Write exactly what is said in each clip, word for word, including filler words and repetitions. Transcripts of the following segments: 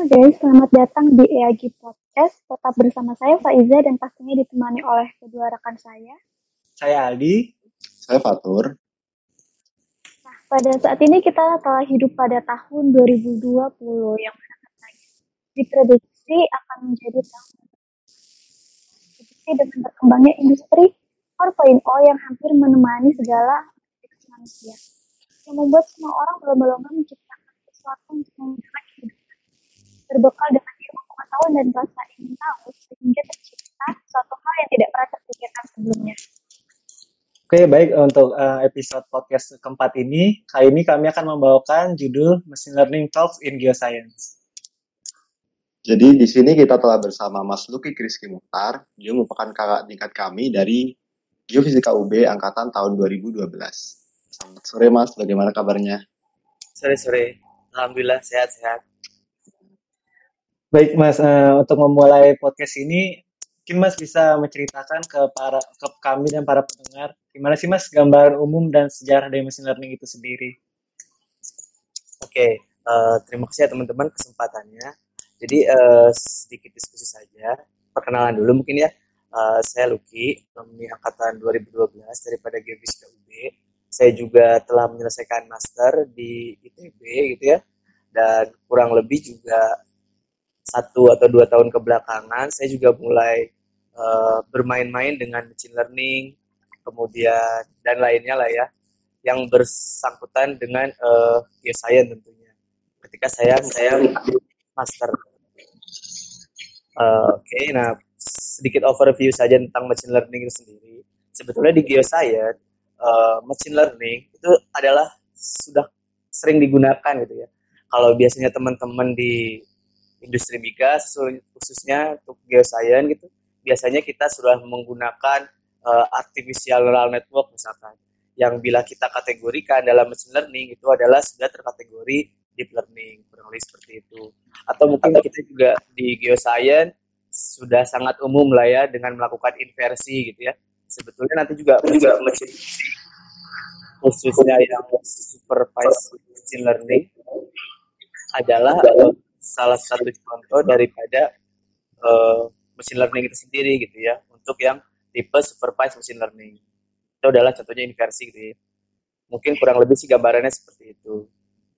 guys, selamat datang di E A G Podcast. Tetap bersama saya Faiza dan pastinya ditemani oleh kedua rekan saya. Saya Aldi. Saya Fatur. Nah, pada saat ini kita telah hidup pada tahun dua ribu dua puluh yang mana diprediksi akan menjadi tahun diprediksi dengan berkembangnya industri empat titik nol yang hampir menemani segala aktivitas manusia, yang membuat semua orang berlomba-lomba menciptakan sesuatu untuk mengubah kehidupan, berbekal dengan ilmu pengetahuan dan rasa ingin tahu sehingga tercipta suatu hal yang tidak pernah terpikirkan sebelumnya. Oke, baik, untuk uh, episode podcast keempat ini, kali ini kami akan membawakan judul Machine Learning Talks in Geoscience. Jadi di sini kita telah bersama Mas Luki Kriski Mukhtar. Dia merupakan kakak tingkat kami dari Geofisika U B angkatan tahun dua ribu dua belas. Selamat sore Mas, bagaimana kabarnya? Sore-sore, alhamdulillah sehat-sehat. Baik Mas, uh, untuk memulai podcast ini, mungkin Mas bisa menceritakan ke para ke kami dan para pendengar, gimana sih Mas gambaran umum dan sejarah dari machine learning itu sendiri? Oke, uh, terima kasih ya teman-teman kesempatannya. Jadi uh, sedikit diskusi saja, perkenalan dulu mungkin ya. Uh, saya Luki, alumni angkatan dua ribu dua belas daripada Geofisika U B. Saya juga telah menyelesaikan master di I T B gitu ya. Dan kurang lebih juga satu atau dua tahun kebelakangan saya juga mulai uh, bermain-main dengan machine learning, kemudian dan lainnya lah ya, yang bersangkutan dengan uh, geoscience tentunya. Ketika saya saya master. Uh, Oke, okay, nah sedikit overview saja tentang machine learning itu sendiri. Sebetulnya di geoscience, uh, machine learning itu adalah sudah sering digunakan gitu ya. Kalau biasanya teman-teman di industri migas khususnya untuk geoscience gitu, biasanya kita sudah menggunakan uh, artificial neural network misalkan, yang bila kita kategorikan dalam machine learning itu adalah sudah terkategori deep learning, kurang lebih seperti itu. Atau mungkin kita juga di geoscience sudah sangat umum lah ya dengan melakukan inversi gitu ya. Sebetulnya nanti juga juga machine khususnya yang supervised machine learning adalah uh, salah satu contoh daripada uh, machine learning itu sendiri gitu ya, untuk yang tipe supervised machine learning. Itu adalah contohnya inversi gitu ya. Mungkin kurang lebih sih gambarannya seperti itu.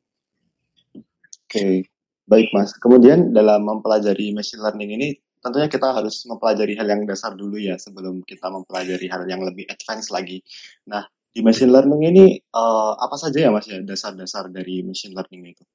Oke, baik Mas. Kemudian dalam mempelajari machine learning ini, tentunya kita harus mempelajari hal yang dasar dulu ya, sebelum kita mempelajari hal yang lebih advance lagi. Nah, di machine learning ini, uh, apa saja ya Mas ya, dasar-dasar dari machine learning itu?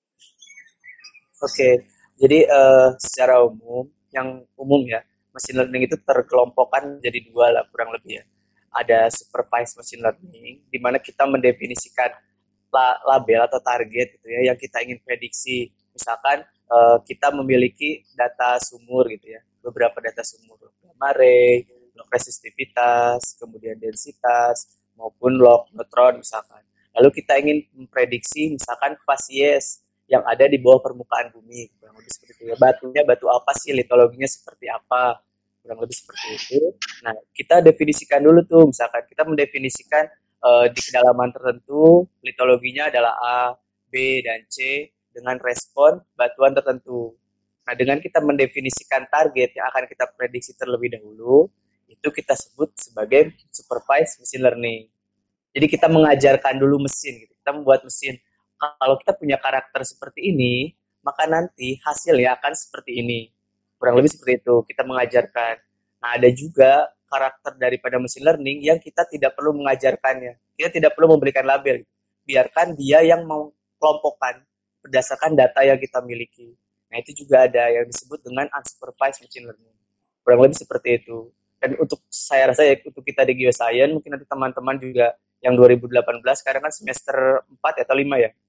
Oke, jadi uh, secara umum, yang umum ya, machine learning itu terkelompokkan jadi dua lah kurang lebih ya. Ada supervised machine learning, di mana kita mendefinisikan la- label atau target gitu ya, yang kita ingin prediksi. Misalkan uh, kita memiliki data sumur gitu ya, beberapa data sumur, log gamma ray, log resistivitas, kemudian densitas, maupun log neutron misalkan. Lalu kita ingin memprediksi misalkan fasies yang ada di bawah permukaan bumi, kurang lebih seperti itu ya. Batunya batu apa sih, litologinya seperti apa, kurang lebih seperti itu. Nah, kita definisikan dulu tuh, misalkan kita mendefinisikan uh, di kedalaman tertentu, litologinya adalah A, B, dan C dengan respon batuan tertentu. Nah, dengan kita mendefinisikan target yang akan kita prediksi terlebih dahulu, itu kita sebut sebagai supervised machine learning. Jadi kita mengajarkan dulu mesin, gitu. Kita membuat mesin, kalau kita punya karakter seperti ini, maka nanti hasilnya akan seperti ini. Kurang lebih seperti itu, kita mengajarkan. Nah, ada juga karakter daripada machine learning yang kita tidak perlu mengajarkannya. Kita tidak perlu memberikan label. Biarkan dia yang mengelompokkan berdasarkan data yang kita miliki. Nah, itu juga ada yang disebut dengan unsupervised machine learning. Kurang lebih seperti itu. Dan untuk saya rasa ya, untuk kita di geoscience, mungkin nanti teman-teman juga yang dua ribu delapan belas, sekarang kan semester empat atau lima ya?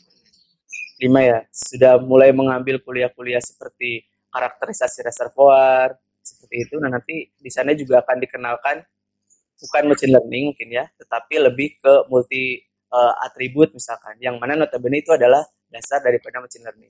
lima ya, sudah mulai mengambil kuliah-kuliah seperti karakterisasi reservoir, seperti itu. Nah, nanti di sana juga akan dikenalkan bukan machine learning mungkin ya, tetapi lebih ke multi uh, atribut misalkan, yang mana notabene itu adalah dasar daripada machine learning.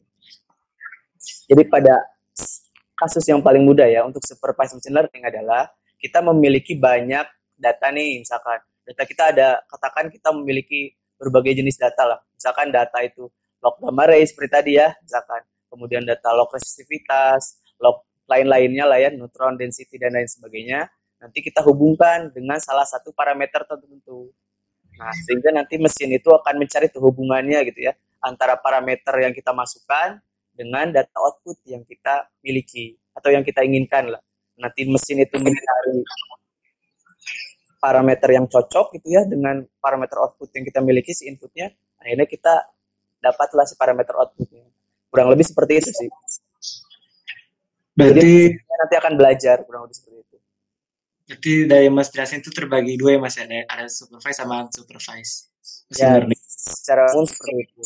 Jadi pada kasus yang paling mudah ya untuk supervised machine learning adalah kita memiliki banyak data nih, misalkan data kita ada, katakan kita memiliki berbagai jenis data lah, misalkan data itu log gamma ray seperti tadi ya, misalkan kemudian data log resistivitas, log lain-lainnya lah ya, neutron density dan lain sebagainya. Nanti kita hubungkan dengan salah satu parameter tertentu. Nah, sehingga nanti mesin itu akan mencari tuh hubungannya gitu ya, antara parameter yang kita masukkan dengan data output yang kita miliki atau yang kita inginkan lah. Nanti mesin itu mencari parameter yang cocok gitu ya dengan parameter output yang kita miliki si inputnya, akhirnya kita dapatlah si parameter outputnya. Kurang lebih seperti itu sih. Berarti Jadi nanti akan belajar kurang lebih seperti itu. berarti dari Mas jelasin itu terbagi dua ya Mas, ada ada supervise sama unsupervised machine Ya, learning. secara umum seperti itu.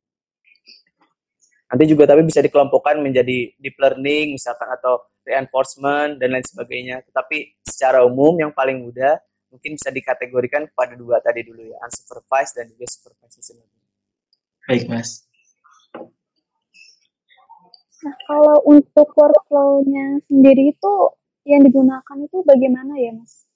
Nanti juga tapi bisa dikelompokkan menjadi deep learning misalkan atau reinforcement dan lain sebagainya. Tetapi secara umum yang paling mudah mungkin bisa dikategorikan pada dua tadi dulu ya, unsupervised dan juga supervised machine learning. Baik Mas. Nah, kalau untuk workflow-nya sendiri itu yang digunakan itu bagaimana ya, Mas?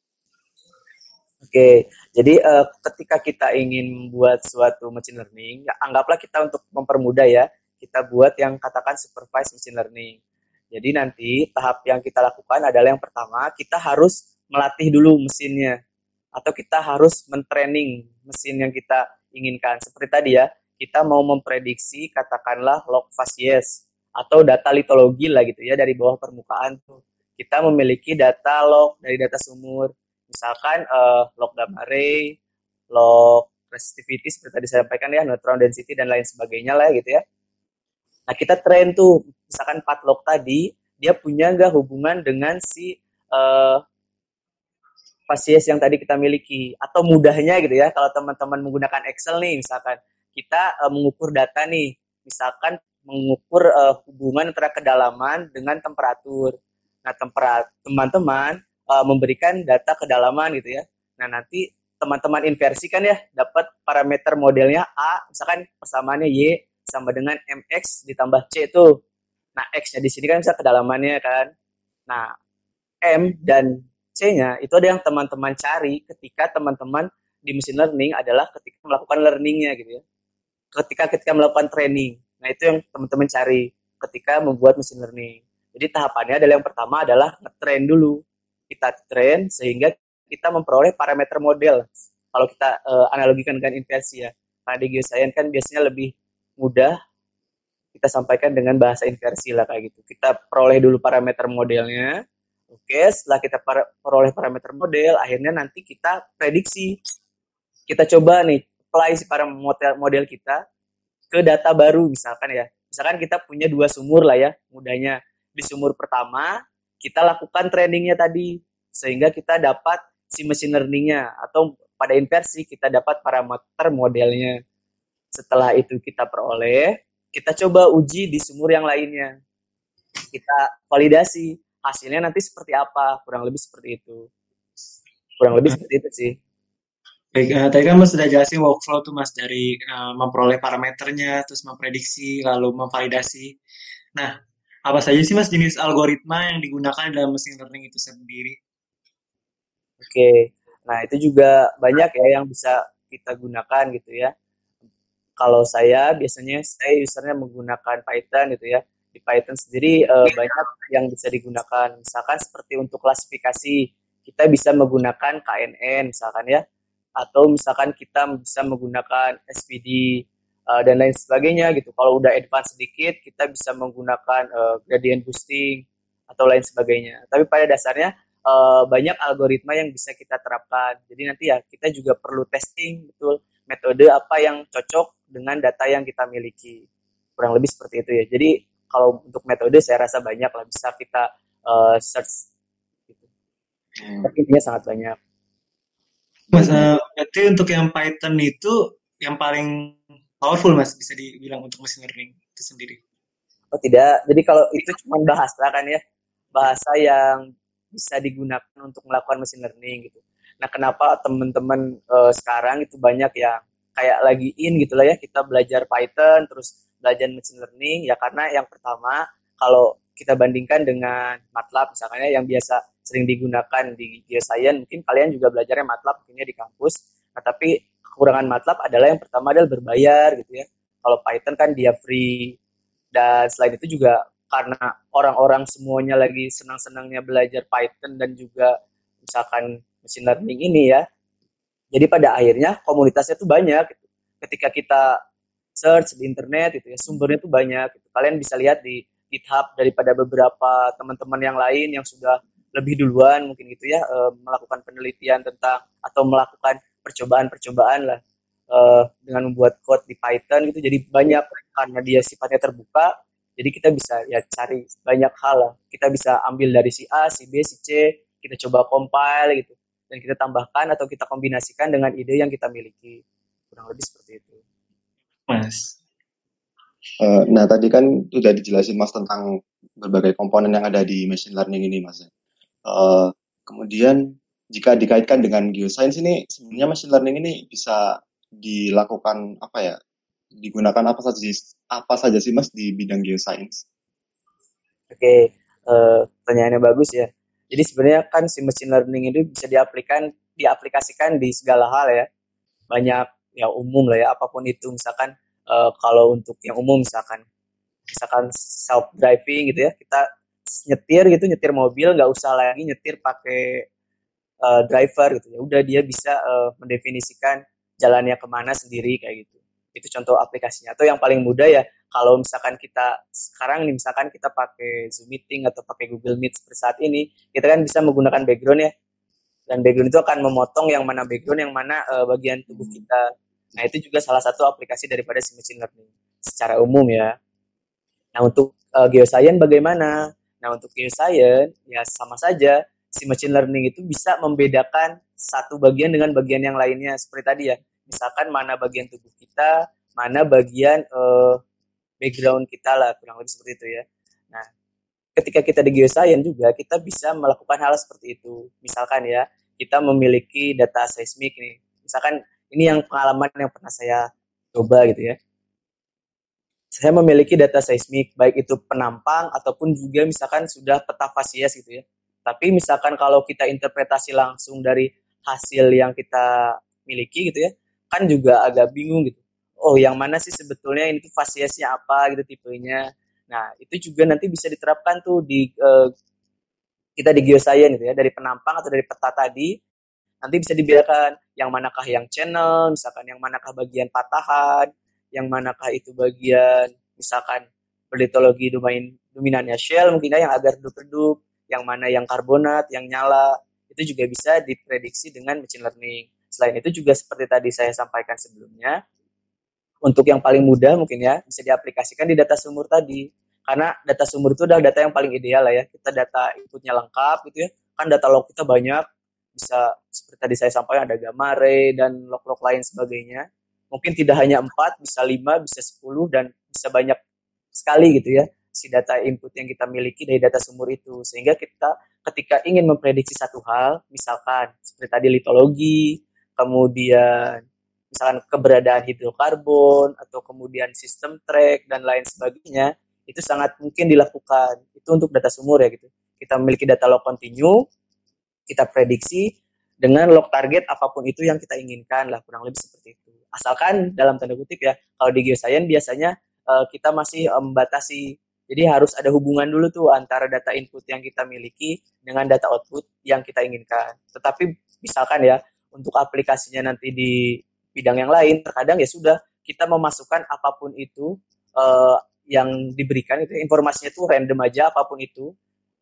Oke, jadi uh, ketika kita ingin membuat suatu machine learning, ya anggaplah kita untuk mempermudah ya, kita buat yang katakan supervised machine learning. Jadi nanti tahap yang kita lakukan adalah yang pertama, kita harus melatih dulu mesinnya, atau kita harus mentraining mesin yang kita inginkan. Seperti tadi ya, kita mau memprediksi katakanlah log facies atau data litologi lah gitu ya dari bawah permukaan tuh. Kita memiliki data log dari data sumur. Misalkan uh, log gamma ray, log resistivity seperti tadi saya sampaikan ya, neutron density dan lain sebagainya lah gitu ya. Nah kita train tuh, misalkan empat log tadi, dia punya nggak hubungan dengan si uh, facies yang tadi kita miliki. Atau mudahnya gitu ya, kalau teman-teman menggunakan Excel nih misalkan, kita uh, mengukur data nih, misalkan mengukur uh, hubungan antara kedalaman dengan temperatur. Nah temperat teman-teman uh, memberikan data kedalaman gitu ya. Nah nanti teman-teman inversikan ya, dapat parameter modelnya A, misalkan persamaannya Y sama dengan mx ditambah c tuh. Nah x-nya di sini kan bisa kedalamannya kan. Nah m dan c-nya itu ada yang teman-teman cari ketika teman-teman di machine learning adalah ketika melakukan learning-nya gitu ya. Ketika ketika melakukan training. Nah itu yang teman-teman cari ketika membuat machine learning. Jadi tahapannya adalah yang pertama adalah nge-train dulu. Kita train sehingga kita memperoleh parameter model. Kalau kita uh, analogikan dengan inversi ya. Karena di geoscience kan biasanya lebih mudah kita sampaikan dengan bahasa inversi lah kayak gitu. Kita peroleh dulu parameter modelnya. Oke, setelah kita para- peroleh parameter model, akhirnya nanti kita prediksi. Kita coba nih apply si parameter model, model kita ke data baru misalkan ya. Misalkan kita punya dua sumur lah ya, mudahnya. Di sumur pertama, kita lakukan trainingnya tadi. Sehingga kita dapat si machine learning-nya. Atau pada inversi, kita dapat parameter modelnya. Setelah itu kita peroleh, kita coba uji di sumur yang lainnya. Kita validasi. Hasilnya nanti seperti apa. Kurang lebih seperti itu. Kurang lebih seperti itu sih. Baik, uh, tadi kan Mas sudah jelasin workflow tuh Mas dari uh, memperoleh parameternya, terus memprediksi, lalu memvalidasi. Nah, apa saja sih Mas jenis algoritma yang digunakan dalam machine learning itu sendiri? Oke, nah itu juga banyak ya yang bisa kita gunakan gitu ya. Kalau saya biasanya saya usernya menggunakan Python gitu ya. Di Python sendiri uh, banyak yang bisa digunakan. Misalkan seperti untuk klasifikasi, kita bisa menggunakan K N N misalkan ya. Atau misalkan kita bisa menggunakan S V D uh, dan lain sebagainya gitu. Kalau udah advance sedikit, kita bisa menggunakan uh, gradient boosting atau lain sebagainya. Tapi pada dasarnya uh, banyak algoritma yang bisa kita terapkan. Jadi nanti ya kita juga perlu testing betul metode apa yang cocok dengan data yang kita miliki. Kurang lebih seperti itu ya. Jadi kalau untuk metode saya rasa banyak lah bisa kita uh, search gitu. Hmm. Tapi intinya sangat banyak. Mas, uh, berarti untuk yang Python itu yang paling powerful Mas, bisa dibilang untuk machine learning itu sendiri? Oh tidak, jadi kalau itu cuma bahasa kan ya, bahasa yang bisa digunakan untuk melakukan machine learning gitu. Nah kenapa teman-teman uh, sekarang itu banyak yang kayak lagi in gitu lah ya, kita belajar Python, terus belajar machine learning, ya karena yang pertama, kalau kita bandingkan dengan MATLAB misalkan ya, yang biasa sering digunakan di geoscience, mungkin kalian juga belajarnya MATLAB mungkinnya di kampus. Nah, tapi kekurangan MATLAB adalah yang pertama adalah berbayar gitu ya. Kalau Python kan dia free. Dan selain itu juga karena orang-orang semuanya lagi senang-senangnya belajar Python dan juga misalkan machine learning ini ya, jadi pada akhirnya komunitasnya tuh banyak gitu. Ketika kita search di internet itu ya, sumbernya tuh banyak gitu. Kalian bisa lihat di GitHub daripada beberapa teman-teman yang lain yang sudah lebih duluan mungkin gitu ya, eh, melakukan penelitian tentang atau melakukan percobaan-percobaan lah, eh, dengan membuat code di Python gitu. Jadi banyak karena dia sifatnya terbuka. Jadi kita bisa ya cari banyak hal lah. Kita bisa ambil dari si A, si B, si C, kita coba compile gitu. Dan kita tambahkan atau kita kombinasikan dengan ide yang kita miliki. Kurang lebih seperti itu. Mas. Uh, nah tadi kan udah dijelasin Mas tentang berbagai komponen yang ada di machine learning ini Mas. Uh, kemudian jika dikaitkan dengan geoscience ini, sebenarnya machine learning ini bisa dilakukan apa ya? Digunakan apa saja apa saja sih Mas di bidang geoscience? Oke, uh, pertanyaannya bagus ya. Jadi sebenarnya kan si machine learning itu bisa diaplikasikan diaplikasikan di segala hal ya. Banyak ya umum lah ya, apapun itu. Misalkan uh, kalau untuk yang umum misalkan misalkan self driving gitu ya, kita nyetir gitu, nyetir mobil nggak usah lagi nyetir pakai uh, driver gitu ya. Udah dia bisa uh, mendefinisikan jalannya kemana sendiri kayak gitu. Itu contoh aplikasinya. Atau yang paling mudah ya, kalau misalkan kita sekarang nih misalkan kita pakai Zoom meeting atau pakai Google Meet seperti saat ini, kita kan bisa menggunakan background ya. Dan background itu akan memotong yang mana background, yang mana uh, bagian tubuh kita. Nah, itu juga salah satu aplikasi daripada si machine learning secara umum ya. Nah, untuk uh, geoscience bagaimana? Nah, untuk geoscience ya sama saja. Si machine learning itu bisa membedakan satu bagian dengan bagian yang lainnya. Seperti tadi ya, misalkan mana bagian tubuh kita, mana bagian uh, background kita lah, kurang lebih seperti itu ya. Nah, ketika kita di geoscience juga, kita bisa melakukan hal seperti itu. Misalkan ya, kita memiliki data seismik nih. Misalkan ini yang pengalaman yang pernah saya coba gitu ya. Saya memiliki data seismik, baik itu penampang ataupun juga misalkan sudah peta fasies gitu ya. Tapi misalkan kalau kita interpretasi langsung dari hasil yang kita miliki gitu ya, kan juga agak bingung gitu. Oh, yang mana sih sebetulnya ini tuh fasiesnya apa gitu tipenya. Nah, itu juga nanti bisa diterapkan tuh di uh, kita di geoscience gitu ya, dari penampang atau dari peta tadi. Nanti bisa dibedakan yang manakah yang channel, misalkan yang manakah bagian patahan, yang manakah itu bagian misalkan berlitologi domain dominannya shell mungkin ya, yang agak redup-redup, yang mana yang karbonat, yang nyala, itu juga bisa diprediksi dengan machine learning. Selain itu juga seperti tadi saya sampaikan sebelumnya, untuk yang paling mudah mungkin ya bisa diaplikasikan di data sumur tadi. Karena data sumur itu adalah data yang paling ideal lah ya. Kita data inputnya lengkap gitu ya. Kan data log kita banyak, bisa seperti tadi saya sampaikan ada gamma ray dan log-log lain sebagainya. Mungkin tidak hanya empat, bisa lima, bisa sepuluh, dan bisa banyak sekali gitu ya si data input yang kita miliki dari data sumur itu. Sehingga kita ketika ingin memprediksi satu hal, misalkan seperti tadi litologi, kemudian misalkan keberadaan hidrokarbon, atau kemudian sistem track, dan lain sebagainya, itu sangat mungkin dilakukan. Itu untuk data sumur ya gitu. Kita memiliki data log continue, kita prediksi dengan log target apapun itu yang kita inginkan lah, kurang lebih seperti itu. Asalkan dalam tanda kutip ya, kalau di geoscience biasanya uh, kita masih membatasi, um, jadi harus ada hubungan dulu tuh antara data input yang kita miliki dengan data output yang kita inginkan. Tetapi misalkan ya, untuk aplikasinya nanti di bidang yang lain, terkadang ya sudah kita memasukkan apapun itu uh, yang diberikan, itu informasinya tuh random aja, apapun itu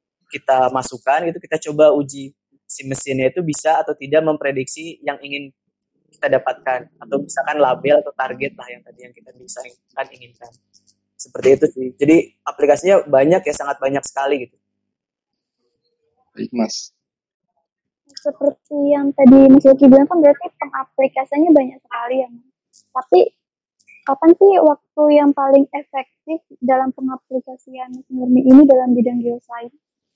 kita masukkan gitu, kita coba uji si mesinnya itu bisa atau tidak memprediksi yang ingin kita dapatkan, atau misalkan label atau target lah yang tadi yang kita bisa kan inginkan. Seperti itu sih. Jadi aplikasinya banyak ya, sangat banyak sekali gitu. Baik Mas. Seperti yang tadi Mas Yoki bilang kan berarti pengaplikasiannya banyak sekali ya. Tapi kapan sih waktu yang paling efektif dalam pengaplikasian machine learning ini dalam bidang geoscience?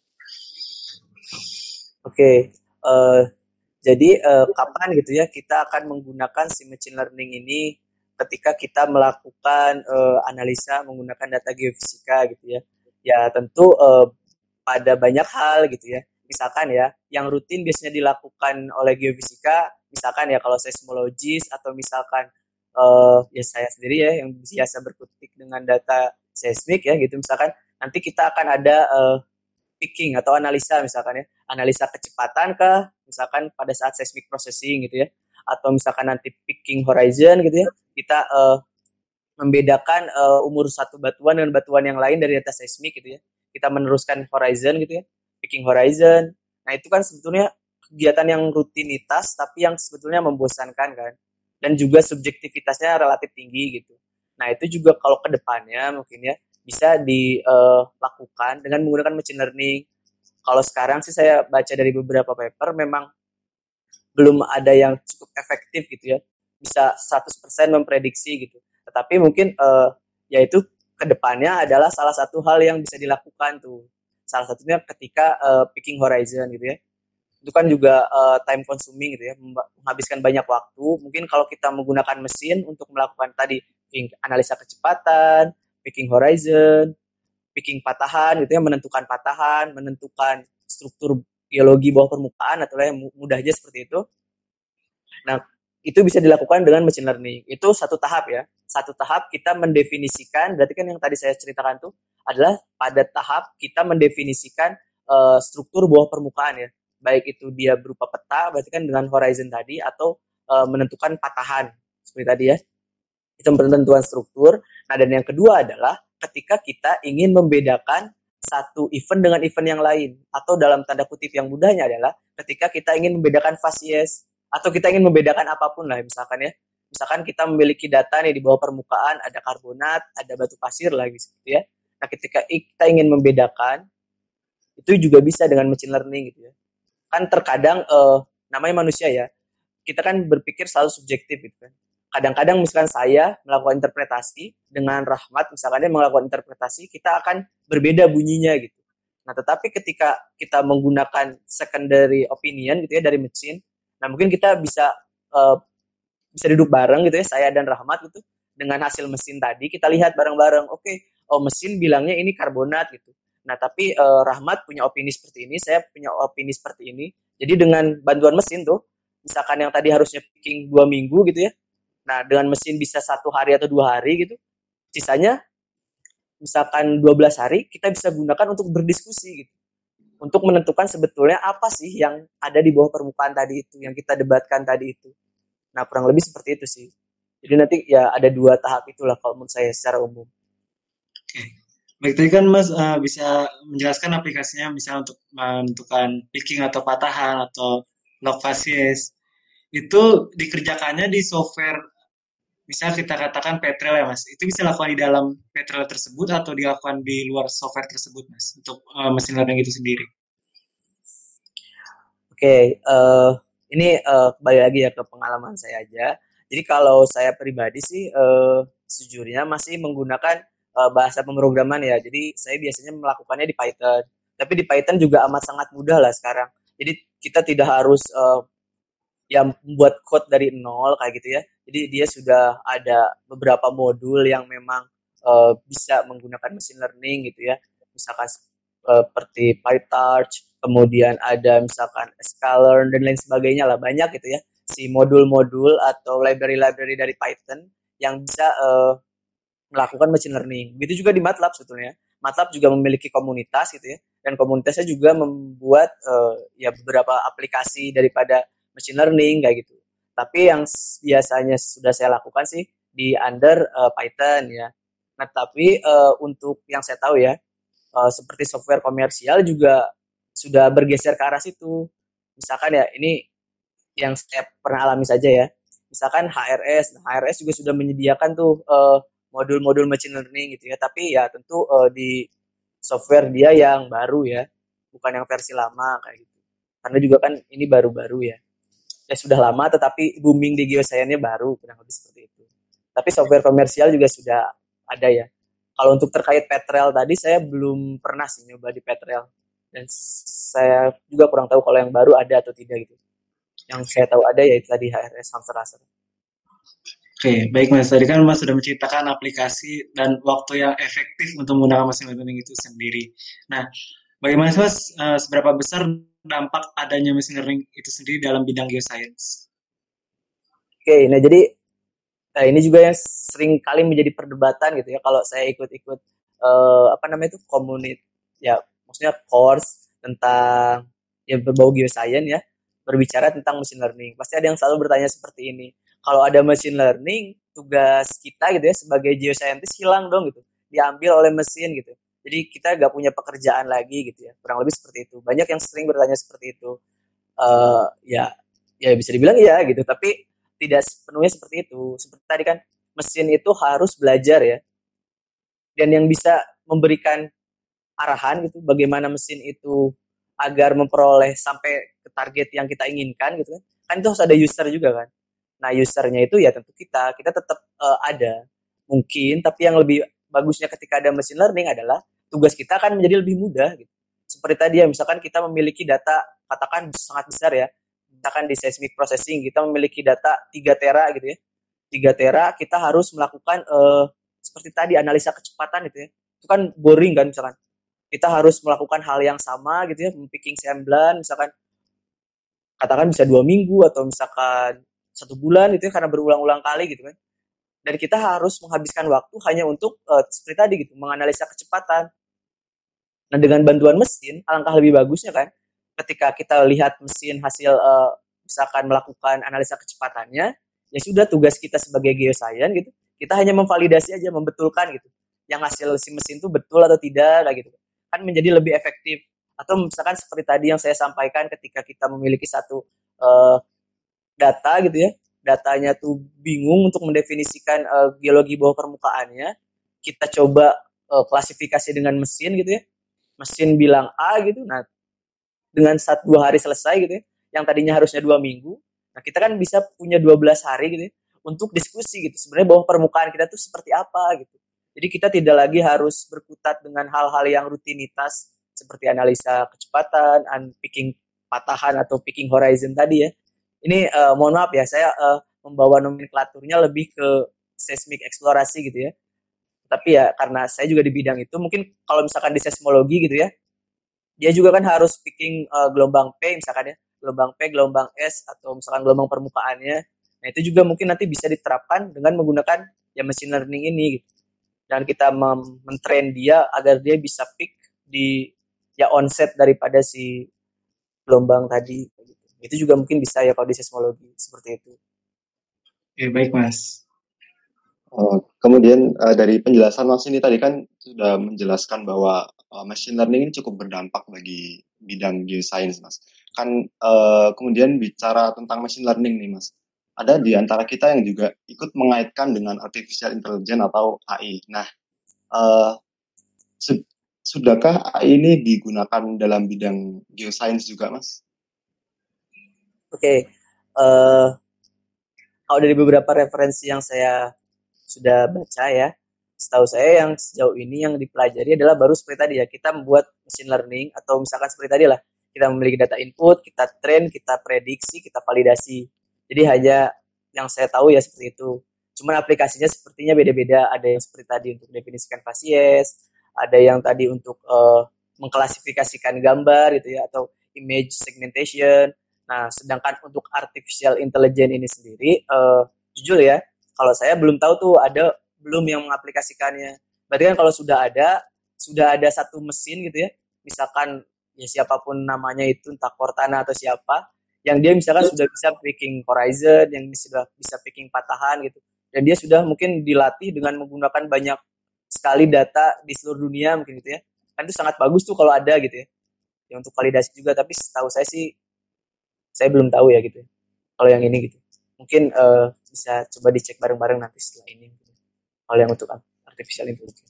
Oke, okay. uh, jadi uh, kapan gitu ya kita akan menggunakan si machine learning ini ketika kita melakukan uh, analisa menggunakan data geofisika gitu ya. Ya tentu uh, pada banyak hal gitu ya. Misalkan ya, yang rutin biasanya dilakukan oleh geofisika, misalkan ya kalau seismologis atau misalkan uh, ya saya sendiri ya yang biasa berkutik dengan data seismik ya gitu, misalkan nanti kita akan ada uh, picking atau analisa misalkan ya, analisa kecepatan kah, misalkan pada saat seismic processing gitu ya, atau misalkan nanti picking horizon gitu ya, kita uh, membedakan uh, umur satu batuan dengan batuan yang lain dari data seismik gitu ya, kita meneruskan horizon gitu ya, picking horizon. Nah itu kan sebetulnya kegiatan yang rutinitas tapi yang sebetulnya membosankan kan, dan juga subjektivitasnya relatif tinggi gitu. Nah itu juga kalau ke depannya mungkin ya bisa dilakukan uh, dengan menggunakan machine learning. Kalau sekarang sih saya baca dari beberapa paper memang belum ada yang cukup efektif gitu ya, bisa seratus persen memprediksi gitu. Tetapi mungkin uh, yaitu kedepannya adalah salah satu hal yang bisa dilakukan tuh. Salah satunya ketika uh, picking horizon gitu ya. Itu kan juga uh, time consuming gitu ya, menghabiskan banyak waktu. Mungkin kalau kita menggunakan mesin untuk melakukan tadi analisa kecepatan, picking horizon, picking patahan gitu ya, menentukan patahan, menentukan struktur geologi bawah permukaan atau yang mudahnya seperti itu. Nah, itu bisa dilakukan dengan machine learning. Itu satu tahap ya. Satu tahap kita mendefinisikan, berarti kan yang tadi saya ceritakan tuh adalah pada tahap kita mendefinisikan uh, struktur bawah permukaan ya. Baik itu dia berupa peta, berarti kan dengan horizon tadi, atau uh, menentukan patahan seperti tadi ya. Itu penentuan struktur. Nah, dan yang kedua adalah ketika kita ingin membedakan satu event dengan event yang lain, atau dalam tanda kutip yang mudahnya adalah ketika kita ingin membedakan facies, atau kita ingin membedakan apapun lah misalkan ya. Misalkan kita memiliki data nih di bawah permukaan, ada karbonat, ada batu pasir lagi gitu ya. Nah, ketika kita ingin membedakan, itu juga bisa dengan machine learning gitu ya. Kan terkadang uh, namanya manusia ya, kita kan berpikir selalu subjektif gitu kan. Kadang-kadang misalkan saya melakukan interpretasi dengan Rahmat, misalkan dia melakukan interpretasi, kita akan berbeda bunyinya gitu. Nah, tetapi ketika kita menggunakan secondary opinion gitu ya dari mesin, nah mungkin kita bisa uh, bisa duduk bareng gitu ya, saya dan Rahmat gitu, dengan hasil mesin tadi kita lihat bareng-bareng, oke, okay, oh mesin bilangnya ini karbonat gitu. Nah, tapi uh, Rahmat punya opini seperti ini, saya punya opini seperti ini. Jadi dengan bantuan mesin tuh, misalkan yang tadi harusnya picking dua minggu gitu ya, nah dengan mesin bisa satu hari atau dua hari gitu, sisanya misalkan dua belas hari kita bisa gunakan untuk berdiskusi gitu, untuk menentukan sebetulnya apa sih yang ada di bawah permukaan tadi itu, yang kita debatkan tadi itu. Nah, kurang lebih seperti itu sih. Jadi nanti ya ada dua tahap itulah kalau menurut saya secara umum. Oke. Baik, tadi kan Mas uh, bisa menjelaskan aplikasinya misalnya untuk menentukan picking atau patahan atau log facies. Itu dikerjakannya di software, misal kita katakan Petrel ya Mas. Itu bisa dilakukan di dalam Petrel tersebut atau dilakukan di luar software tersebut Mas, untuk uh, machine learning itu sendiri. Oke, okay, uh, ini uh, kembali lagi ya ke pengalaman saya aja. Jadi kalau saya pribadi sih uh, sejujurnya masih menggunakan uh, bahasa pemrograman ya. Jadi saya biasanya melakukannya di Python. Tapi di Python juga amat sangat mudah lah sekarang. Jadi kita tidak harus uh, yang membuat code dari nol kayak gitu ya. Jadi dia sudah ada beberapa modul yang memang uh, bisa menggunakan machine learning gitu ya. Misalkan uh, seperti PyTorch, kemudian ada misalkan Scikit-learn dan lain sebagainya lah, banyak gitu ya. Si modul-modul atau library-library dari Python yang bisa uh, melakukan machine learning. Begitu juga di MATLAB sebetulnya. MATLAB juga memiliki komunitas gitu ya. Dan komunitasnya juga membuat uh, ya beberapa aplikasi daripada machine learning kayak gitu. Tapi yang biasanya sudah saya lakukan sih di under uh, Python ya. Nah, tapi uh, untuk yang saya tahu ya, uh, seperti software komersial juga sudah bergeser ke arah situ. Misalkan ya, ini yang saya pernah alami saja ya. Misalkan H R S, nah, H R S juga sudah menyediakan tuh uh, modul-modul machine learning gitu ya. Tapi ya tentu uh, di software dia yang baru ya, bukan yang versi lama kayak gitu. Karena juga kan ini baru-baru ya. Ya sudah lama tetapi booming di geoscience-nya baru, kurang lebih seperti itu. Tapi software komersial juga sudah ada ya. Kalau untuk terkait Petrel tadi saya belum pernah sih nyoba di Petrel. Dan saya juga kurang tahu kalau yang baru ada atau tidak gitu. Yang saya tahu ada yaitu tadi H R S Hamster Racer. Oke, baik Mas. Tadi kan Mas sudah menceritakan aplikasi dan waktu yang efektif untuk menggunakan machine learning itu sendiri. Nah, bagaimana Mas, uh, seberapa besar dampak adanya machine learning itu sendiri dalam bidang geoscience? Oke, nah jadi nah ini juga yang sering kali menjadi perdebatan gitu ya kalau saya ikut-ikut uh, apa namanya itu komunit ya, maksudnya course tentang yang berbau geoscience ya, berbicara tentang machine learning. Pasti ada yang selalu bertanya seperti ini. Kalau ada machine learning, tugas kita gitu ya sebagai geoscientist hilang dong gitu, diambil oleh mesin gitu. Jadi kita gak punya pekerjaan lagi gitu ya, kurang lebih seperti itu. Banyak yang sering bertanya seperti itu. Uh, ya, ya bisa dibilang iya gitu, tapi tidak sepenuhnya seperti itu. Seperti tadi kan, mesin itu harus belajar ya, dan yang bisa memberikan arahan gitu, bagaimana mesin itu agar memperoleh sampai ke target yang kita inginkan gitu kan, kan itu harus ada user juga kan. Nah usernya itu ya tentu kita, kita tetap uh, ada mungkin, tapi yang lebih bagusnya ketika ada machine learning adalah tugas kita akan menjadi lebih mudah gitu. Seperti tadi ya, misalkan kita memiliki data katakan sangat besar ya, misalkan di seismic processing kita memiliki data tiga tera gitu ya, tiga tera kita harus melakukan uh, seperti tadi analisa kecepatan gitu ya, itu kan boring kan, misalkan kita harus melakukan hal yang sama gitu ya, picking semblan misalkan katakan bisa dua minggu atau misalkan satu bulan gitu ya, karena berulang-ulang kali gitu kan, dan kita harus menghabiskan waktu hanya untuk uh, seperti tadi gitu, menganalisa kecepatan. Nah dengan bantuan mesin alangkah lebih bagusnya kan, ketika kita lihat mesin hasil uh, misalkan melakukan analisa kecepatannya, ya sudah tugas kita sebagai geoscience gitu, kita hanya memvalidasi aja, membetulkan gitu, yang hasil si mesin itu betul atau tidak kayak gitu, kan menjadi lebih efektif. Atau misalkan seperti tadi yang saya sampaikan, ketika kita memiliki satu uh, data gitu ya, datanya tuh bingung untuk mendefinisikan uh, geologi bawah permukaannya, kita coba uh, klasifikasi dengan mesin gitu ya, mesin bilang A gitu, nah dengan satu dua hari selesai gitu ya, yang tadinya harusnya dua minggu, nah kita kan bisa punya dua belas hari gitu ya, untuk diskusi gitu, sebenarnya bawah permukaan kita tuh seperti apa gitu. Jadi kita tidak lagi harus berkutat dengan hal-hal yang rutinitas seperti analisa kecepatan, unpicking patahan atau picking horizon tadi ya. Ini uh, mohon maaf ya, saya uh, membawa nomenklaturnya lebih ke seismik eksplorasi gitu ya. Tapi ya karena saya juga di bidang itu, mungkin kalau misalkan di seismologi gitu ya, dia juga kan harus picking uh, gelombang P misalkan ya, gelombang P, gelombang S, atau misalkan gelombang permukaannya. Nah itu juga mungkin nanti bisa diterapkan dengan menggunakan ya machine learning ini gitu. Dan kita men-train dia agar dia bisa pick di ya onset daripada si gelombang tadi gitu. Itu juga mungkin bisa ya kalau di seismologi seperti itu. Oke, baik Mas. Oh, kemudian uh, dari penjelasan Mas ini tadi kan sudah menjelaskan bahwa uh, machine learning ini cukup berdampak bagi bidang geoscience, Mas. Kan uh, kemudian bicara tentang machine learning nih, Mas. Ada di antara kita yang juga ikut mengaitkan dengan artificial intelligence atau A I. Nah, uh, su- sudahkah A I ini digunakan dalam bidang geoscience juga, Mas? Oke, okay. uh, kalau dari beberapa referensi yang saya sudah baca ya, setahu saya yang sejauh ini yang dipelajari adalah baru seperti tadi ya, kita membuat machine learning atau misalkan seperti tadi lah, kita memiliki data input, kita train, kita prediksi, kita validasi. Jadi hanya yang saya tahu ya seperti itu. Cuman aplikasinya sepertinya beda-beda. Ada yang seperti tadi untuk definisikan facies, ada yang tadi untuk uh, mengklasifikasikan gambar gitu ya, atau image segmentation. Nah, sedangkan untuk artificial intelligence ini sendiri, uh, jujur ya, kalau saya belum tahu tuh ada belum yang mengaplikasikannya. Berarti kan kalau sudah ada, sudah ada satu mesin gitu ya, misalkan ya siapapun namanya itu, entah Cortana atau siapa, yang dia misalkan sudah bisa picking horizon, yang sudah bisa picking patahan gitu, dan dia sudah mungkin dilatih dengan menggunakan banyak sekali data di seluruh dunia mungkin gitu ya, kan itu sangat bagus tuh kalau ada gitu ya, ya untuk validasi juga. Tapi setahu saya sih, saya belum tahu ya gitu ya, kalau yang ini gitu. Mungkin uh, bisa coba dicek bareng-bareng nanti setelah ini gitu, kalau yang untuk artificial intelligence.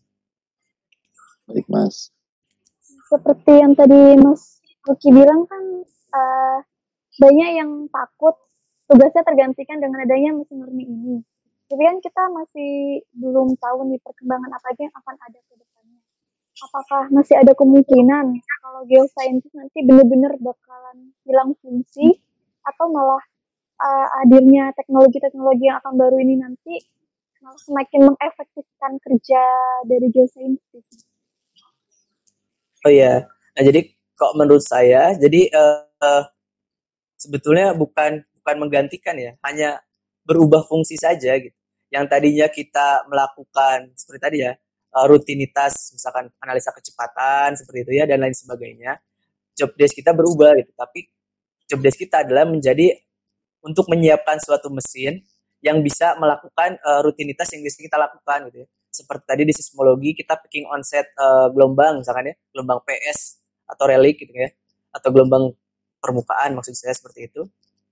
Baik, Mas. Seperti yang tadi Mas Lucky bilang kan, uh, banyak yang takut tugasnya tergantikan dengan adanya machine learning ini. Tapi kan kita masih belum tahu nih perkembangan apa aja yang akan ada ke depannya. Apakah masih ada kemungkinan kalau geoscientist nanti benar-benar bakalan hilang fungsi, atau malah uh, hadirnya teknologi-teknologi yang akan baru ini nanti malah semakin mengefektifkan kerja dari geoscientist? Oh iya, nah jadi kok menurut saya, jadi uh, uh, sebetulnya bukan bukan menggantikan ya, hanya berubah fungsi saja gitu. Yang tadinya kita melakukan seperti tadi ya, uh, rutinitas, misalkan analisa kecepatan seperti itu ya dan lain sebagainya. Job desk kita berubah gitu, tapi job desk kita adalah menjadi untuk menyiapkan suatu mesin yang bisa melakukan uh, rutinitas yang bisa kita lakukan gitu ya. Seperti tadi di seismologi kita picking onset uh, gelombang misalkan ya, gelombang P S atau relik gitu ya, atau gelombang permukaan maksud saya seperti itu.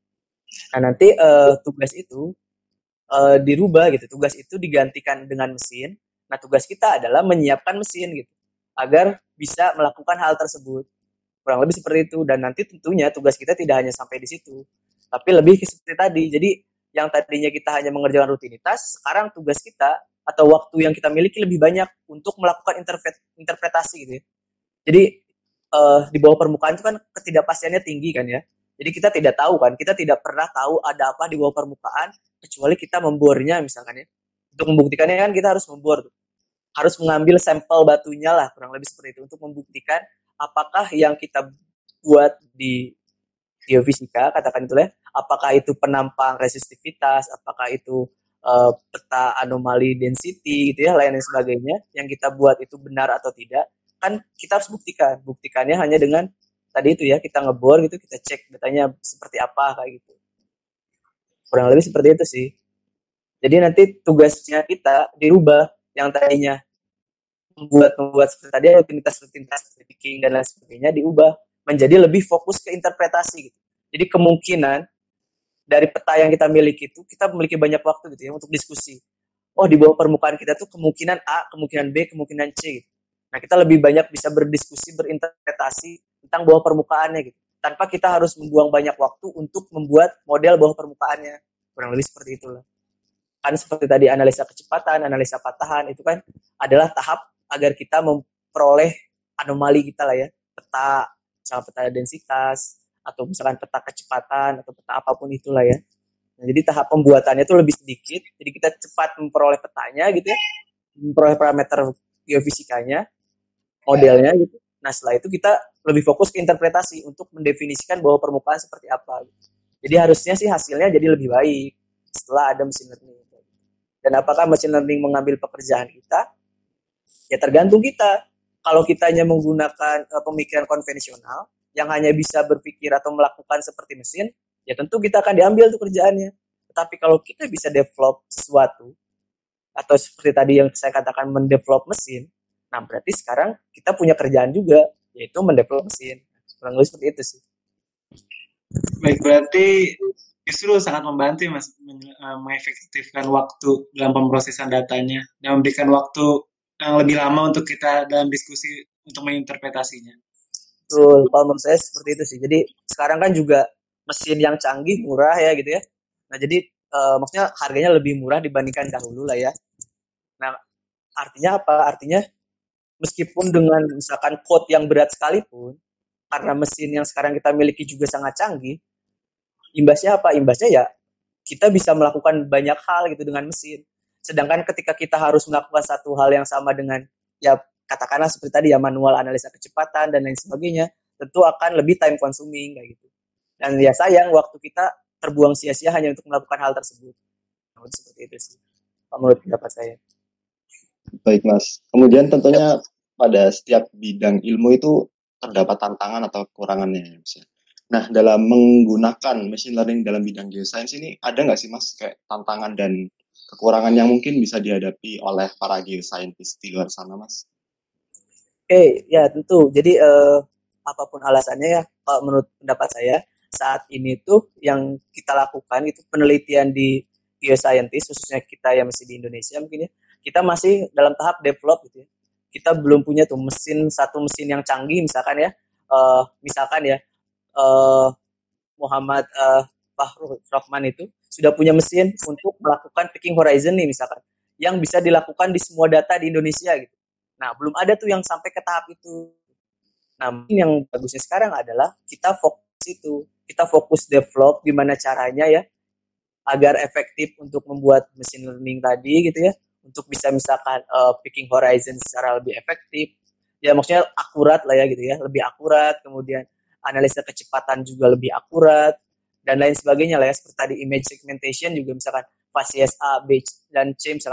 Nah nanti uh, tugas itu uh, dirubah gitu, tugas itu digantikan dengan mesin. Nah tugas kita adalah menyiapkan mesin gitu agar bisa melakukan hal tersebut. Kurang lebih seperti itu, dan nanti tentunya tugas kita tidak hanya sampai di situ, tapi lebih seperti tadi. Jadi yang tadinya kita hanya mengerjakan rutinitas, sekarang tugas kita atau waktu yang kita miliki lebih banyak untuk melakukan interpretasi gitu ya. Jadi uh, di bawah permukaan itu kan ketidakpastiannya tinggi kan ya. Jadi kita tidak tahu kan, kita tidak pernah tahu ada apa di bawah permukaan kecuali kita membornya misalkan ya. Untuk membuktikannya kan kita harus membor, harus mengambil sampel batunya lah, kurang lebih seperti itu untuk membuktikan apakah yang kita buat di geofisika, katakan itu ya, apakah itu penampang resistivitas, apakah itu uh, peta anomali density gitu ya, lain dan sebagainya, yang kita buat itu benar atau tidak, kan kita harus buktikan. Buktikannya hanya dengan tadi itu ya, kita ngebor gitu, kita cek datanya seperti apa kayak gitu. Kurang lebih seperti itu sih. Jadi nanti tugasnya kita dirubah, yang tadinya membuat membuat seperti tadi rutinitas-rutinitas picking dan lain sebagainya diubah menjadi lebih fokus ke interpretasi gitu. Jadi kemungkinan dari peta yang kita miliki itu kita memiliki banyak waktu gitu ya untuk diskusi. Oh di bawah permukaan kita tuh kemungkinan A, kemungkinan B, kemungkinan C gitu. Nah kita lebih banyak bisa berdiskusi, berinterpretasi tentang bawah permukaannya gitu. Tanpa kita harus membuang banyak waktu untuk membuat model bawah permukaannya. Kurang lebih seperti itulah. Kan seperti tadi analisa kecepatan, analisa patahan itu kan adalah tahap agar kita memperoleh anomali kita lah ya, peta, misalnya peta densitas, atau misalkan peta kecepatan, atau peta apapun itulah ya. Nah, jadi tahap pembuatannya itu lebih sedikit, jadi kita cepat memperoleh petanya gitu ya, memperoleh parameter geofisikanya, modelnya gitu. Nah setelah itu kita lebih fokus ke interpretasi untuk mendefinisikan bawah permukaan seperti apa. Gitu. Jadi harusnya sih hasilnya jadi lebih baik setelah ada machine learning. Dan apakah machine learning mengambil pekerjaan kita? Ya tergantung kita. Kalau kita hanya menggunakan uh, pemikiran konvensional yang hanya bisa berpikir atau melakukan seperti mesin, ya tentu kita akan diambil tuh kerjaannya. Tetapi kalau kita bisa develop sesuatu atau seperti tadi yang saya katakan mendevelop mesin, nah berarti sekarang kita punya kerjaan juga, yaitu mendevelop mesin. Kurang lebih seperti itu sih. Baik, berarti justru sangat membantu Mas mengefektifkan waktu dalam pemrosesan datanya dan memberikan waktu yang lebih lama untuk kita dalam diskusi untuk menginterpretasinya. Betul, kalau menurut saya seperti itu sih. Jadi sekarang kan juga mesin yang canggih, murah ya gitu ya. Nah jadi uh, maksudnya harganya lebih murah dibandingkan dahulu lah ya. Nah artinya apa? Artinya meskipun dengan misalkan code yang berat sekalipun, karena mesin yang sekarang kita miliki juga sangat canggih, imbasnya apa? Imbasnya ya kita bisa melakukan banyak hal gitu dengan mesin. Sedangkan ketika kita harus melakukan satu hal yang sama dengan ya katakanlah seperti tadi ya manual analisa kecepatan dan lain sebagainya, tentu akan lebih time consuming kayak gitu. Dan ya sayang waktu kita terbuang sia-sia hanya untuk melakukan hal tersebut. Nah, seperti itu sih. Menurut pendapat saya. Baik Mas. Kemudian tentunya pada setiap bidang ilmu itu terdapat tantangan atau kekurangannya. Nah, dalam menggunakan machine learning dalam bidang geoscience ini, ada nggak sih Mas kayak tantangan dan kekurangan yang mungkin bisa dihadapi oleh para geoscientist di luar sana, Mas? Oke, okay, ya tentu. Jadi eh, apapun alasannya ya, kalau menurut pendapat saya, saat ini tuh yang kita lakukan itu penelitian di geoscientist, khususnya kita yang masih di Indonesia mungkin ya, kita masih dalam tahap develop gitu ya. Kita belum punya tuh mesin, satu mesin yang canggih misalkan ya, uh, misalkan ya, uh, Muhammad uh, Fahru Rahman itu sudah punya mesin untuk melakukan picking horizon nih misalkan, yang bisa dilakukan di semua data di Indonesia gitu. Nah, belum ada tuh yang sampai ke tahap itu. Nah, mungkin yang bagusnya sekarang adalah kita fokus itu, kita fokus develop gimana caranya ya, agar efektif untuk membuat machine learning tadi gitu ya, untuk bisa misalkan uh, picking horizon secara lebih efektif, ya maksudnya akurat lah ya gitu ya, lebih akurat, kemudian analisa kecepatan juga lebih akurat, dan lain sebagainya lah ya, seperti tadi image segmentation juga misalkan facies A, B, dan C misalkan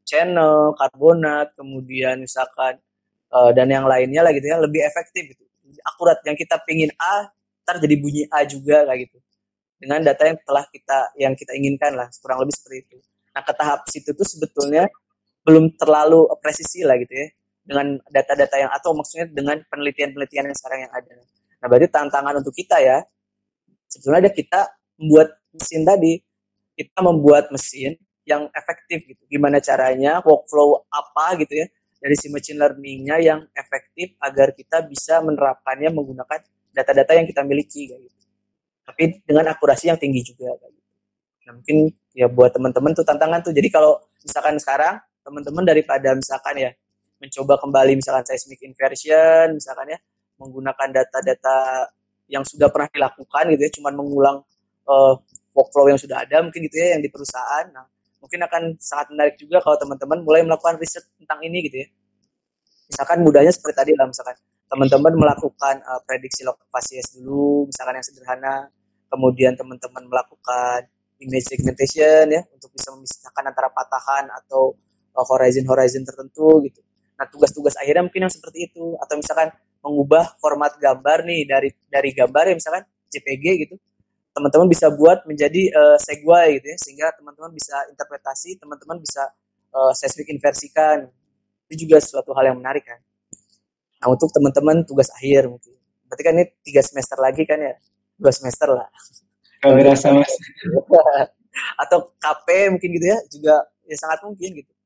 channel, karbonat, kemudian misalkan uh, dan yang lainnya lah gitu ya, lebih efektif gitu. Akurat yang kita pingin A, ntar jadi bunyi A juga kayak gitu. Dengan data yang telah kita yang kita inginkan lah, kurang lebih seperti itu. Nah, ke tahap situ tuh sebetulnya belum terlalu presisi lah gitu ya. Dengan data-data yang atau maksudnya dengan penelitian-penelitian yang sekarang yang ada. Nah, berarti tantangan untuk kita ya, sebetulnya ada kita membuat mesin tadi, kita membuat mesin yang efektif gitu. Gimana caranya, workflow apa gitu ya, dari si machine learning-nya yang efektif agar kita bisa menerapkannya menggunakan data-data yang kita miliki kayak gitu. Tapi dengan akurasi yang tinggi juga kayak gitu. Nah, mungkin ya buat teman-teman tuh tantangan tuh. Jadi kalau misalkan sekarang teman-teman daripada misalkan ya mencoba kembali misalkan seismic inversion, misalkan ya menggunakan data-data yang sudah pernah dilakukan gitu ya, cuman mengulang uh, workflow yang sudah ada mungkin gitu ya yang di perusahaan. Nah, mungkin akan sangat menarik juga kalau teman-teman mulai melakukan riset tentang ini gitu ya. Misalkan mudahnya seperti tadi lah, misalkan teman-teman melakukan uh, prediksi lokasi dulu, misalkan yang sederhana, kemudian teman-teman melakukan image segmentation ya untuk bisa memisahkan antara patahan atau uh, horizon-horizon tertentu gitu. Nah, tugas-tugas akhirnya mungkin yang seperti itu, atau misalkan mengubah format gambar nih dari dari gambar ya misalkan J P G gitu, teman-teman bisa buat menjadi uh, segway gitu ya, sehingga teman-teman bisa interpretasi, teman-teman bisa uh, seismic inversikan. Itu juga suatu hal yang menarik kan. Nah, untuk teman-teman tugas akhir mungkin, berarti kan ini tiga semester lagi kan ya, dua semester lah. Gak berasa mas. Atau K P mungkin gitu ya, juga ya sangat mungkin gitu.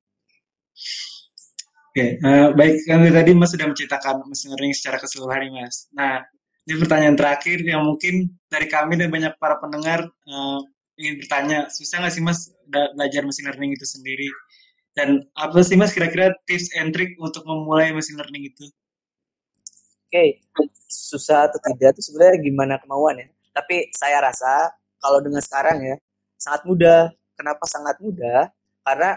Oke, uh, baik kan tadi Mas sudah menceritakan machine learning secara keseluruhan nih Mas. Nah, ini pertanyaan terakhir yang mungkin dari kami dan banyak para pendengar uh, ingin bertanya, susah nggak sih Mas belajar machine learning itu sendiri? Dan apa sih Mas kira-kira tips and trick untuk memulai machine learning itu? Oke, susah atau tidak itu sebenarnya gimana kemauan ya. Tapi saya rasa kalau dengan sekarang ya sangat mudah. Kenapa sangat mudah? Karena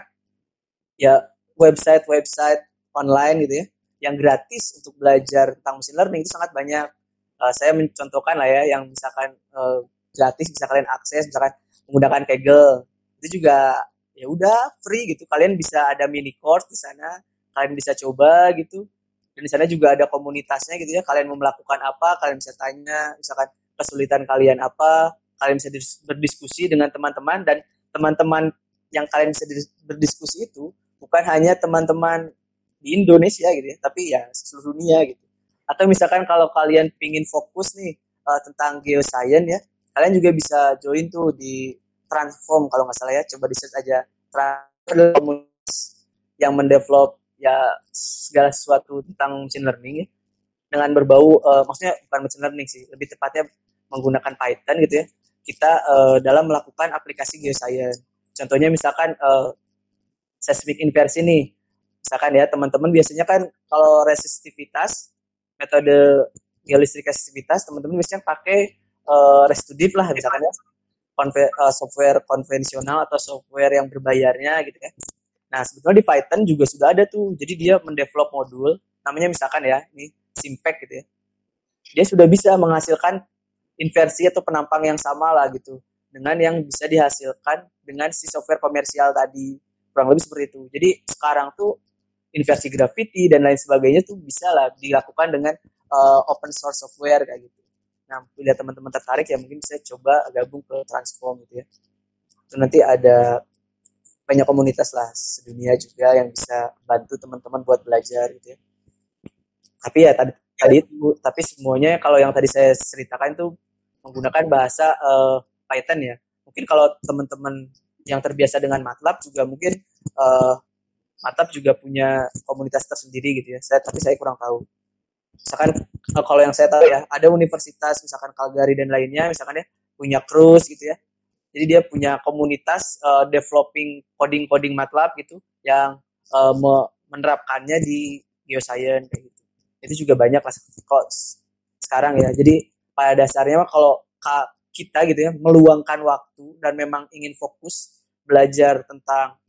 ya website-website online gitu ya, yang gratis untuk belajar tentang machine learning itu sangat banyak. Uh, saya mencontohkan lah ya, yang misalkan uh, gratis bisa kalian akses, misalkan menggunakan Kaggle, itu juga ya udah free gitu. Kalian bisa ada mini course di sana, kalian bisa coba gitu. Dan di sana juga ada komunitasnya gitu ya. Kalian mau melakukan apa, kalian bisa tanya, misalkan kesulitan kalian apa, kalian bisa berdiskusi dengan teman-teman, dan teman-teman yang kalian bisa berdiskusi itu bukan hanya teman-teman di Indonesia gitu ya, tapi ya seluruh dunia gitu. Atau misalkan kalau kalian pingin fokus nih uh, tentang geoscience ya, kalian juga bisa join tuh di Transform kalau nggak salah ya, coba di search aja. Transform yang mendevelop ya segala sesuatu tentang machine learning ya, dengan berbau uh, maksudnya bukan machine learning sih, lebih tepatnya menggunakan Python gitu ya. Kita uh, dalam melakukan aplikasi geoscience. Contohnya misalkan uh, seismic inversi nih, misalkan ya teman-teman biasanya kan kalau resistivitas, metode geolistrik resistivitas, teman-teman biasanya pakai uh, ResTuDiff lah misalkan ya, Konve, uh, software konvensional atau software yang berbayarnya gitu ya. Nah, sebetulnya di Python juga sudah ada tuh, jadi dia mendevelop modul, namanya misalkan ya, ini Simpect gitu ya. Dia sudah bisa menghasilkan inversi atau penampang yang sama lah gitu, dengan yang bisa dihasilkan dengan si software komersial tadi. Kurang lebih seperti itu. Jadi sekarang tuh inversi gravity dan lain sebagainya tuh bisa lah dilakukan dengan uh, open source software kayak gitu. Nah, bila teman-teman tertarik ya mungkin bisa coba gabung ke Transform gitu ya. Itu nanti ada banyak komunitas lah sedunia juga yang bisa bantu teman-teman buat belajar gitu ya. Tapi ya tadi tadi itu, tapi semuanya kalau yang tadi saya ceritakan itu menggunakan bahasa uh, Python ya. Mungkin kalau teman-teman yang terbiasa dengan MATLAB juga mungkin uh, MATLAB juga punya komunitas tersendiri gitu ya. Saya tapi saya kurang tahu. Misalkan uh, kalau yang saya tahu ya, ada universitas misalkan Calgary dan lainnya misalkan ya punya Cruz gitu ya. Jadi dia punya komunitas uh, developing coding-coding MATLAB gitu yang uh, me- menerapkannya di geoscience kayak gitu. Itu juga banyak lah kok sekarang ya. Jadi pada dasarnya kalau kita gitu ya meluangkan waktu dan memang ingin fokus belajar tentang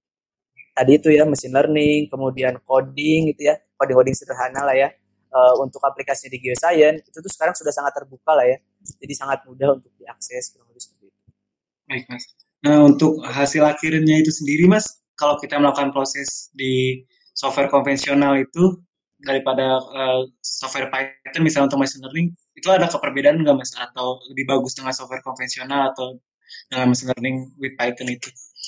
tadi itu ya machine learning, kemudian coding gitu ya, coding-coding sederhana lah ya, uh, untuk aplikasinya di geoscience itu tuh sekarang sudah sangat terbuka lah ya, jadi sangat mudah untuk diakses kurang lebih seperti itu. Baik mas. Nah untuk hasil akhirnya itu sendiri mas, kalau kita melakukan proses di software konvensional itu daripada uh, software Python misalnya untuk machine learning, itu ada keperbedaan nggak Mas? Atau lebih bagus dengan software konvensional atau dengan machine learning with Python itu?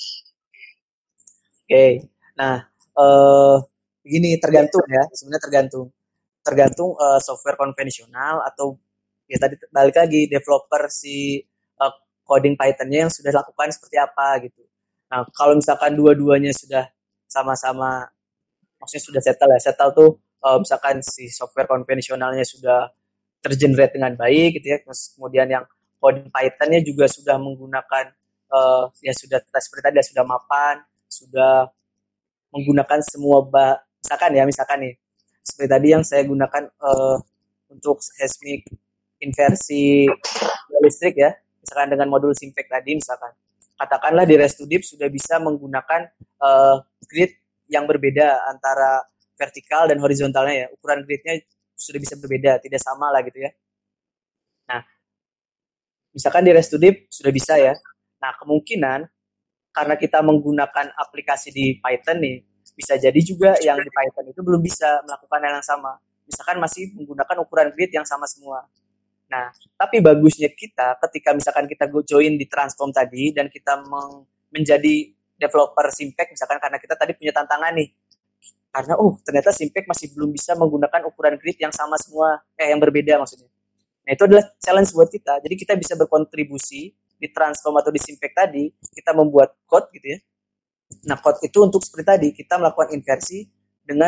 Oke, okay. Nah uh, begini, tergantung ya, sebenarnya tergantung, tergantung uh, software konvensional atau ya tadi balik lagi developer si uh, coding Python-nya yang sudah lakukan seperti apa gitu. Nah kalau misalkan dua-duanya sudah sama-sama, maksudnya sudah settle ya, settle tuh uh, misalkan si software konvensionalnya sudah tergenerate dengan baik gitu ya, terus kemudian yang coding Python-nya juga sudah menggunakan uh, ya sudah seperti tadi sudah mapan, sudah menggunakan semua bah, misalkan ya misalkan nih seperti tadi yang saya gunakan uh, untuk seismic inversi listrik ya, misalkan dengan modul Simpek tadi, misalkan katakanlah di ResToDeep sudah bisa menggunakan uh, grid yang berbeda antara vertikal dan horizontalnya ya, ukuran gridnya sudah bisa berbeda, tidak sama lah gitu ya. Nah, misalkan di ResToDeep sudah bisa ya. Nah, kemungkinan karena kita menggunakan aplikasi di Python nih, bisa jadi juga yang di Python itu belum bisa melakukan hal yang sama. Misalkan masih menggunakan ukuran grid yang sama semua. Nah, tapi bagusnya kita ketika misalkan kita go join di Transform tadi dan kita meng- menjadi developer Simpek misalkan karena kita tadi punya tantangan nih. Karena oh, ternyata Simpek masih belum bisa menggunakan ukuran grid yang sama semua, eh yang berbeda maksudnya. Nah, itu adalah challenge buat kita. Jadi kita bisa berkontribusi di Transform atau di Simpek tadi, kita membuat code gitu ya. Nah, code itu untuk seperti tadi, kita melakukan inversi dengan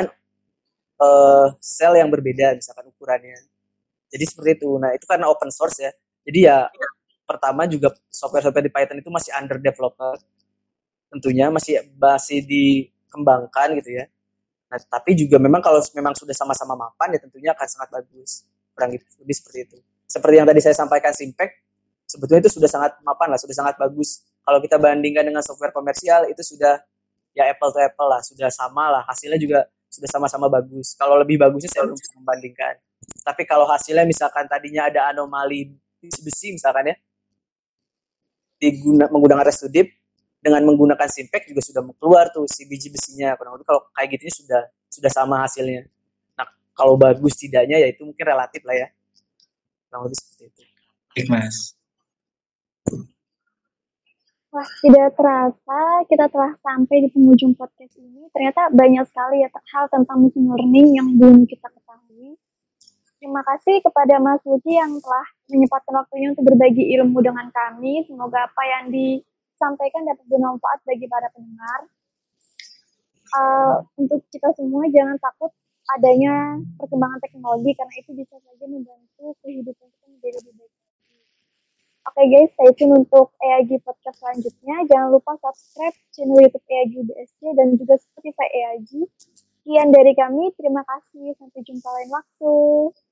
uh, sel yang berbeda misalkan ukurannya. Jadi seperti itu. Nah, itu karena open source ya. Jadi ya pertama juga software-software di Python itu masih under developer. Tentunya masih masih dikembangkan gitu ya. Nah, tapi juga memang kalau memang sudah sama-sama mapan ya tentunya akan sangat bagus. Kurang lebih seperti itu. Seperti yang tadi saya sampaikan Simpek, sebetulnya itu sudah sangat mapan lah, sudah sangat bagus. Kalau kita bandingkan dengan software komersial itu sudah ya apple to apple lah, sudah sama lah. Hasilnya juga sudah sama-sama bagus. Kalau lebih bagusnya saya belum bisa membandingkan. Tapi kalau hasilnya misalkan tadinya ada anomali besi misalkan ya, diguna, menggunakan ResToDeep dengan menggunakan Simpek juga sudah keluar tuh si biji besinya. Kurang lebih kalau kayak gitu sudah sudah sama hasilnya. Nah kalau bagus tidaknya ya itu mungkin relatif lah ya. Kurang lebih seperti itu. Baik Mas. Wah, tidak terasa kita telah sampai di penghujung podcast ini. Ternyata banyak sekali ya hal tentang machine learning yang belum kita ketahui. Terima kasih kepada Mas Luki yang telah menyempatkan waktunya untuk berbagi ilmu dengan kami. Semoga apa yang disampaikan dapat bermanfaat bagi para pendengar. Uh, untuk kita semua jangan takut adanya perkembangan teknologi karena itu bisa saja membantu kehidupan kita menjadi lebih baik. Oke okay guys, stay tune untuk A I G Podcast selanjutnya. Jangan lupa subscribe channel YouTube A I G U B S C dan juga Spotify A I G. Sekian dari kami, terima kasih. Sampai jumpa lain waktu.